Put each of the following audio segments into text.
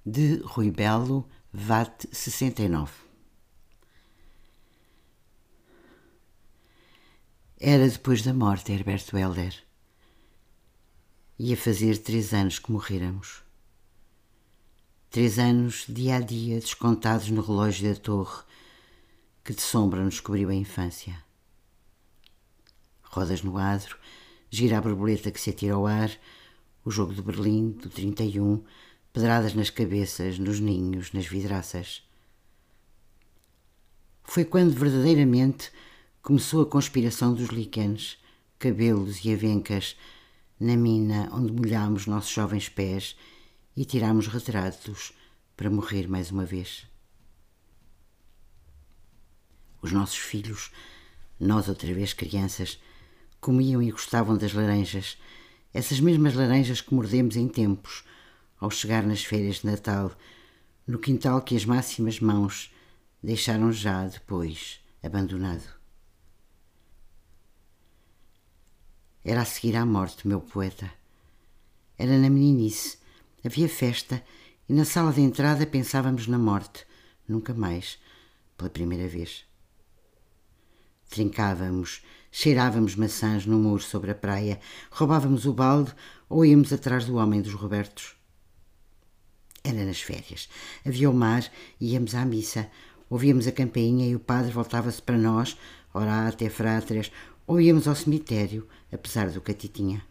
de Rui Belo, VAT 69. Era depois da morte de Herberto Helder. Ia fazer 3 anos que morréramos. 3 anos, dia a dia, descontados no relógio da torre, que de sombra nos cobriu a infância. Rodas no adro, gira a borboleta que se atira ao ar, o jogo de Berlim, do 31, pedradas nas cabeças, nos ninhos, nas vidraças. Foi quando verdadeiramente começou a conspiração dos líquenes, cabelos e avencas, na mina onde molhámos nossos jovens pés e tirámos retratos para morrer mais uma vez. Os nossos filhos, nós outra vez crianças, comiam e gostavam das laranjas, essas mesmas laranjas que mordemos em tempos, ao chegar nas férias de Natal, no quintal que as máximas mãos deixaram já depois abandonado. Era a seguir à morte, meu poeta. Era na meninice, havia festa e na sala de entrada pensávamos na morte, nunca mais, pela primeira vez. Trincávamos, cheirávamos maçãs no muro sobre a praia, roubávamos o balde ou íamos atrás do homem dos Robertos. Era nas férias. Havia o mar e íamos à missa. Ouvíamos a campainha e o padre voltava-se para nós, orate, fratres, ou íamos ao cemitério, apesar do catitinha.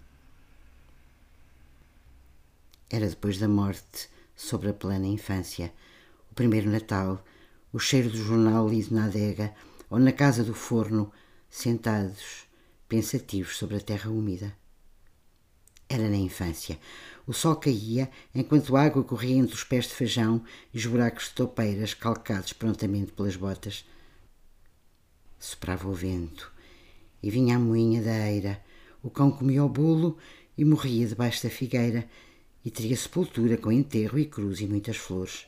Era depois da morte, sobre a plena infância, o primeiro Natal, o cheiro do jornal lido na adega, ou na casa do forno, sentados, pensativos sobre a terra úmida. Era na infância. O sol caía enquanto a água corria entre os pés de feijão e os buracos de toupeiras calcados prontamente pelas botas. Soprava o vento e vinha a moinha da eira. O cão comia o bolo e morria debaixo da figueira e teria sepultura com enterro e cruz e muitas flores.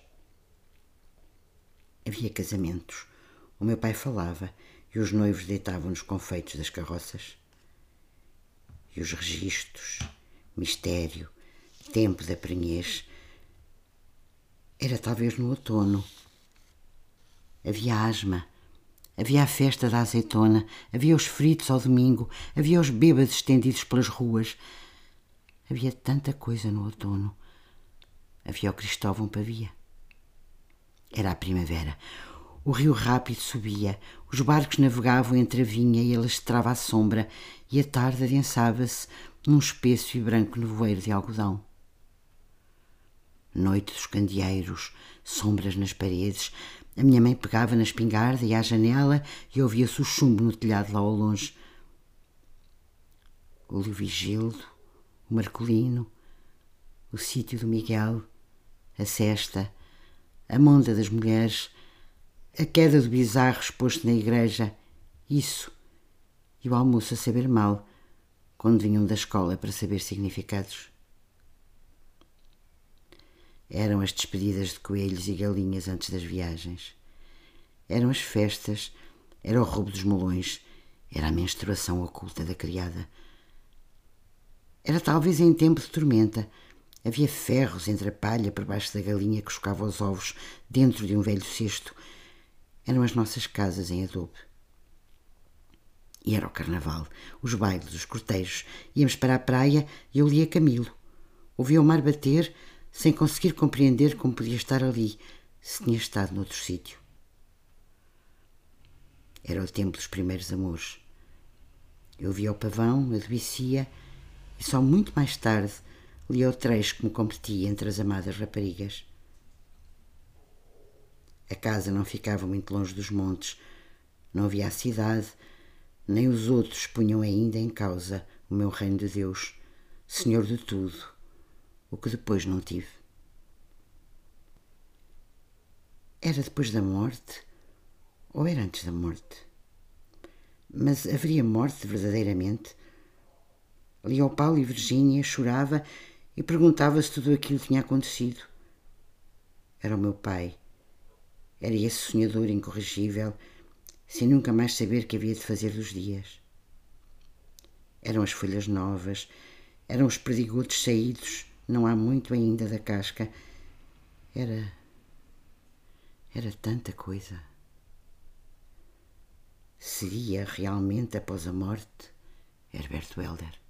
Havia casamentos. O meu pai falava e os noivos deitavam nos confeitos das carroças. E os registros, mistério, tempo da prenhez. Era talvez no outono. Havia asma, havia a festa da azeitona, havia os fritos ao domingo, havia os bêbados estendidos pelas ruas. Havia tanta coisa no outono. Havia o Cristóvão Pavia. Era a primavera. O rio rápido subia, os barcos navegavam entre a vinha e ele estrava à sombra e a tarde adensava-se num espesso e branco nevoeiro de algodão. Noite dos candeeiros, sombras nas paredes, a minha mãe pegava na espingarda e à janela e ouvia-se o chumbo no telhado lá ao longe. O Leovigildo, o Marcolino, o sítio do Miguel, a cesta, a monda das mulheres, a queda do bizarro exposto na igreja, isso, e o almoço a saber mal, quando vinham da escola para saber significados. Eram as despedidas de coelhos e galinhas antes das viagens. Eram as festas, era o roubo dos melões, era a menstruação oculta da criada. Era talvez em tempo de tormenta. Havia ferros entre a palha por baixo da galinha que chocava os ovos dentro de um velho cesto. Eram as nossas casas em adobe. E era o carnaval, os bailes, os cortejos. Íamos para a praia e eu lia Camilo. Ouvia o mar bater, sem conseguir compreender como podia estar ali, se tinha estado noutro sítio. Era o tempo dos primeiros amores. Eu via o pavão, a Debussy, e só muito mais tarde lia o trecho que me competia entre as amadas raparigas. A casa não ficava muito longe dos montes, não havia a cidade, nem os outros punham ainda em causa o meu reino de Deus, Senhor de tudo, o que depois não tive. Era depois da morte ou era antes da morte? Mas haveria morte verdadeiramente? Lia o Paulo e Virgínia, chorava e perguntava se tudo aquilo tinha acontecido. Era o meu pai. Era esse sonhador incorrigível, sem nunca mais saber que havia de fazer dos dias. Eram as folhas novas, eram os perdigotos saídos, não há muito ainda da casca. Era tanta coisa. Seria realmente após a morte Herberto Helder.